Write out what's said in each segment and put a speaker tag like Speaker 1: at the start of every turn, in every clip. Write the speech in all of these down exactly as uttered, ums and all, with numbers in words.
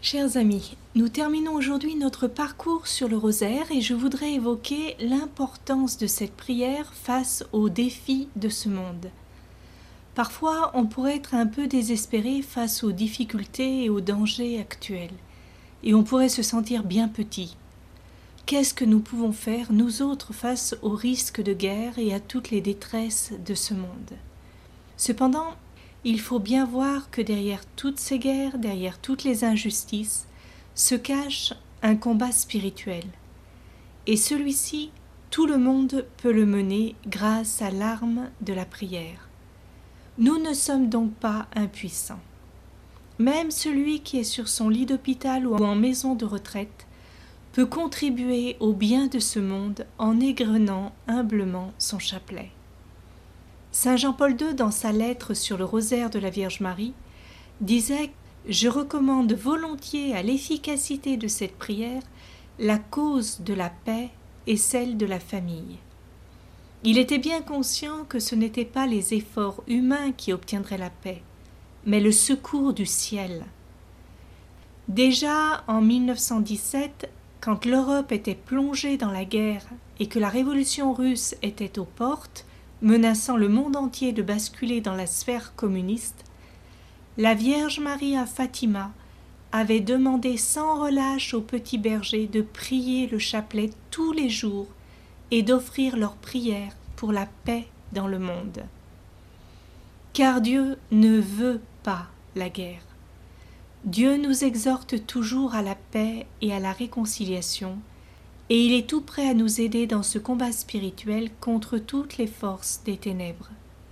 Speaker 1: Chers amis, nous terminons aujourd'hui notre parcours sur le rosaire et je voudrais évoquer l'importance de cette prière face aux défis de ce monde. Parfois, on pourrait être un peu désespéré face aux difficultés et aux dangers actuels, et on pourrait se sentir bien petit. Qu'est-ce que nous pouvons faire, nous autres, face aux risques de guerre et à toutes les détresses de ce monde? Cependant, il faut bien voir que derrière toutes ces guerres, derrière toutes les injustices, se cache un combat spirituel. Et celui-ci, tout le monde peut le mener grâce à l'arme de la prière. Nous ne sommes donc pas impuissants. Même celui qui est sur son lit d'hôpital ou en maison de retraite peut contribuer au bien de ce monde en égrenant humblement son chapelet. Saint Jean-Paul deux, dans sa lettre sur le rosaire de la Vierge Marie, disait « Je recommande volontiers à l'efficacité de cette prière la cause de la paix et celle de la famille. » Il était bien conscient que ce n'étaient pas les efforts humains qui obtiendraient la paix, mais le secours du ciel. Déjà en mille neuf cent dix-sept, quand l'Europe était plongée dans la guerre et que la révolution russe était aux portes, menaçant le monde entier de basculer dans la sphère communiste, la Vierge Marie à Fatima avait demandé sans relâche aux petits bergers de prier le chapelet tous les jours et d'offrir leurs prières pour la paix dans le monde. Car Dieu ne veut pas la guerre. Dieu nous exhorte toujours à la paix et à la réconciliation, et il est tout prêt à nous aider dans ce combat spirituel contre toutes les forces des ténèbres.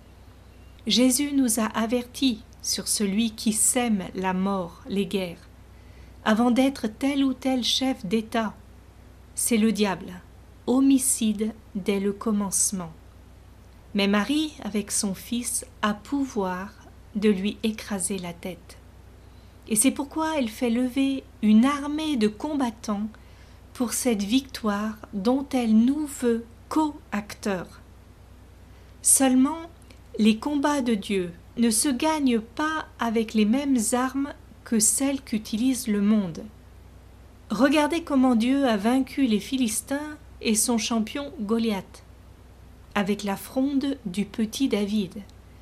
Speaker 1: Jésus nous a avertis sur celui qui sème la mort, les guerres, avant d'être tel ou tel chef d'État. C'est le diable, homicide dès le commencement. Mais Marie, avec son Fils, a pouvoir de lui écraser la tête. Et c'est pourquoi elle fait lever une armée de combattants pour cette victoire dont elle nous veut co-acteurs. Seulement, les combats de Dieu ne se gagnent pas avec les mêmes armes que celles qu'utilise le monde. Regardez comment Dieu a vaincu les Philistins et son champion Goliath, avec la fronde du petit David.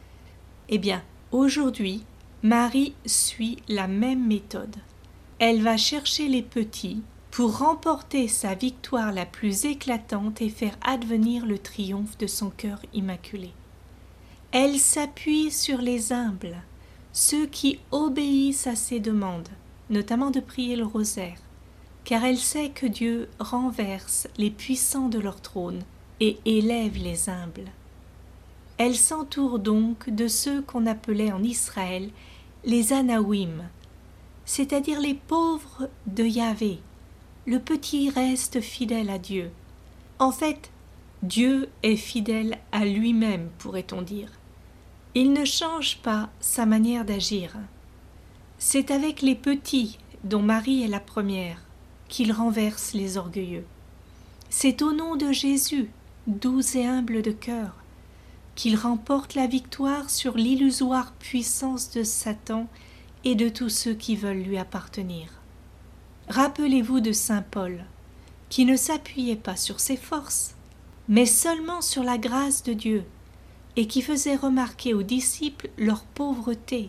Speaker 1: Eh bien, aujourd'hui, Marie suit la même méthode. Elle va chercher les petits pour remporter sa victoire la plus éclatante et faire advenir le triomphe de son cœur immaculé. Elle s'appuie sur les humbles, ceux qui obéissent à ses demandes, notamment de prier le rosaire, car elle sait que Dieu renverse les puissants de leur trône et élève les humbles. Elle s'entoure donc de ceux qu'on appelait en Israël les Anawim, c'est-à-dire les pauvres de Yahvé. Le petit reste fidèle à Dieu. En fait, Dieu est fidèle à lui-même, pourrait-on dire. Il ne change pas sa manière d'agir. C'est avec les petits, dont Marie est la première, qu'il renverse les orgueilleux. C'est au nom de Jésus, doux et humble de cœur, qu'il remporte la victoire sur l'illusoire puissance de Satan et de tous ceux qui veulent lui appartenir. Rappelez-vous de saint Paul, qui ne s'appuyait pas sur ses forces, mais seulement sur la grâce de Dieu, et qui faisait remarquer aux disciples leur pauvreté.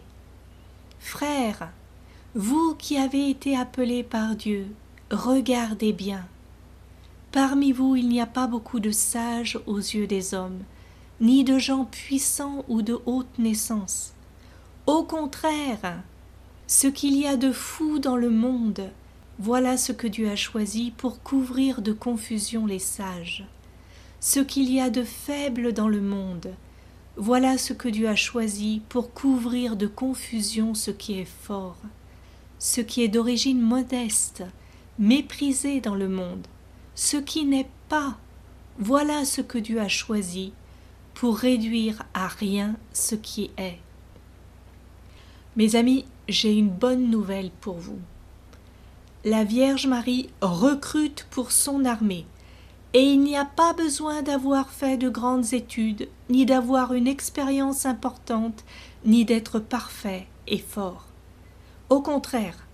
Speaker 1: Frères, vous qui avez été appelés par Dieu, regardez bien. Parmi vous, il n'y a pas beaucoup de sages aux yeux des hommes, ni de gens puissants ou de haute naissance. Au contraire, ce qu'il y a de fou dans le monde, voilà ce que Dieu a choisi pour couvrir de confusion les sages. Ce qu'il y a de faible dans le monde, voilà ce que Dieu a choisi pour couvrir de confusion ce qui est fort. Ce qui est d'origine modeste, méprisé dans le monde, ce qui n'est pas, voilà ce que Dieu a choisi pour réduire à rien ce qui est. Mes amis, j'ai une bonne nouvelle pour vous. La Vierge Marie recrute pour son armée, et il n'y a pas besoin d'avoir fait de grandes études, ni d'avoir une expérience importante, ni d'être parfait et fort. Au contraire,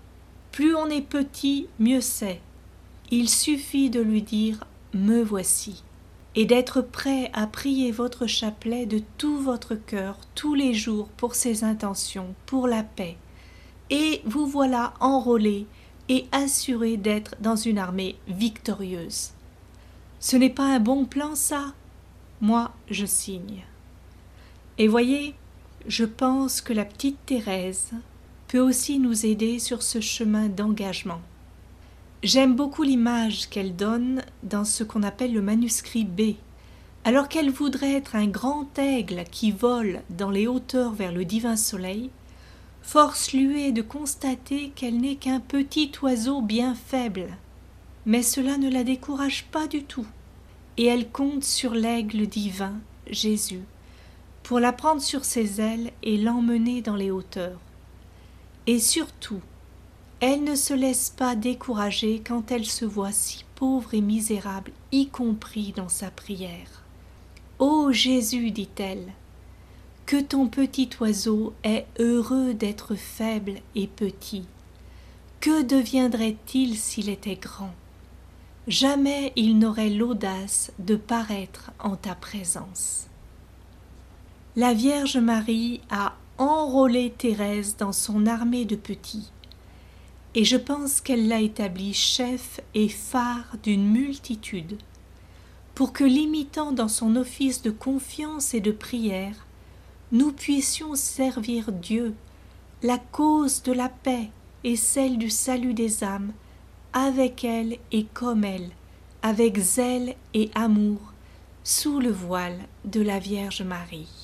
Speaker 1: Plus on est petit, mieux c'est. Il suffit de lui dire « me voici » et d'être prêt à prier votre chapelet de tout votre cœur tous les jours pour ses intentions, pour la paix. Et vous voilà enrôlé et assuré d'être dans une armée victorieuse. Ce n'est pas un bon plan, ça? Moi, je signe. Et voyez, je pense que la petite Thérèse peut aussi nous aider sur ce chemin d'engagement. J'aime beaucoup l'image qu'elle donne dans ce qu'on appelle le manuscrit B. Alors qu'elle voudrait être un grand aigle qui vole dans les hauteurs vers le divin soleil, force lui est de constater qu'elle n'est qu'un petit oiseau bien faible. Mais cela ne la décourage pas du tout, et elle compte sur l'aigle divin, Jésus, pour la prendre sur ses ailes et l'emmener dans les hauteurs. Et surtout, elle ne se laisse pas décourager quand elle se voit si pauvre et misérable, y compris dans sa prière. « Ô Jésus, dit-elle, que ton petit oiseau est heureux d'être faible et petit. Que deviendrait-il s'il était grand? Jamais il n'aurait l'audace de paraître en ta présence. » La Vierge Marie a enrôlé Thérèse dans son armée de petits, et je pense qu'elle l'a établi chef et phare d'une multitude, pour que, l'imitant dans son office de confiance et de prière, nous puissions servir Dieu, la cause de la paix et celle du salut des âmes, avec elle et comme elle, avec zèle et amour, sous le voile de la Vierge Marie.